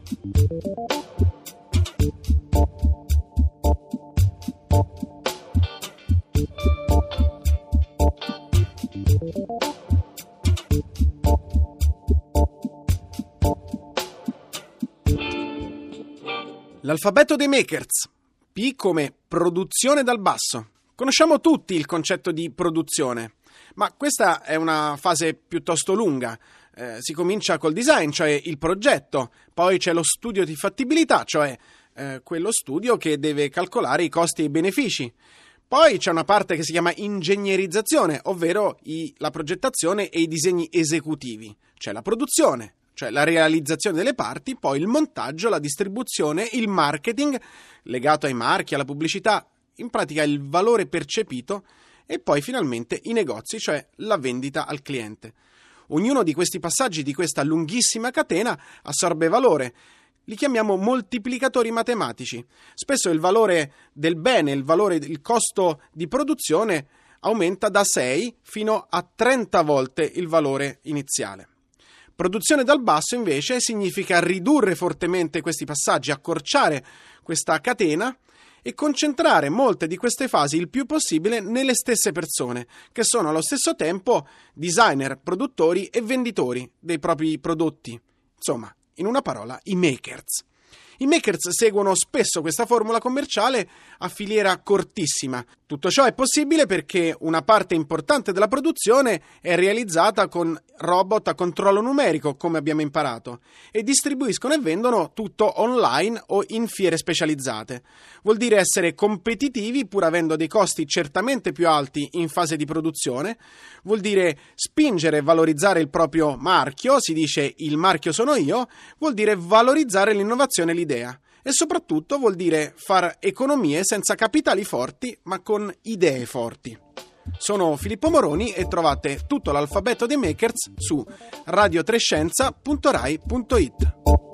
L'alfabeto dei makers. P come produzione dal basso. Conosciamo tutti il concetto di produzione, ma questa è una fase piuttosto lunga. Si comincia col design, cioè il progetto, poi c'è lo studio di fattibilità, cioè quello studio che deve calcolare i costi e i benefici. Poi c'è una parte che si chiama ingegnerizzazione, ovvero la progettazione e i disegni esecutivi. C'è la produzione, cioè la realizzazione delle parti, poi il montaggio, la distribuzione, il marketing, legato ai marchi, alla pubblicità, in pratica il valore percepito, e poi finalmente i negozi, cioè la vendita al cliente. Ognuno di questi passaggi di questa lunghissima catena assorbe valore. Li chiamiamo moltiplicatori matematici. Spesso il valore del bene, il costo di produzione aumenta da 6 fino a 30 volte il valore iniziale. Produzione dal basso invece significa ridurre fortemente questi passaggi, accorciare questa catena e concentrare molte di queste fasi il più possibile nelle stesse persone, che sono allo stesso tempo designer, produttori e venditori dei propri prodotti. Insomma, in una parola, i makers. I makers seguono spesso questa formula commerciale a filiera cortissima. Tutto ciò è possibile perché una parte importante della produzione è realizzata con robot a controllo numerico, come abbiamo imparato, e distribuiscono e vendono tutto online o in fiere specializzate. Vuol dire essere competitivi pur avendo dei costi certamente più alti in fase di produzione. Vuol dire spingere e valorizzare il proprio marchio, si dice il marchio sono io. Vuol dire valorizzare l'innovazione e l'idea. E soprattutto vuol dire far economie senza capitali forti, ma con idee forti. Sono Filippo Moroni e trovate tutto l'alfabeto dei makers su radiotrescienza.rai.it.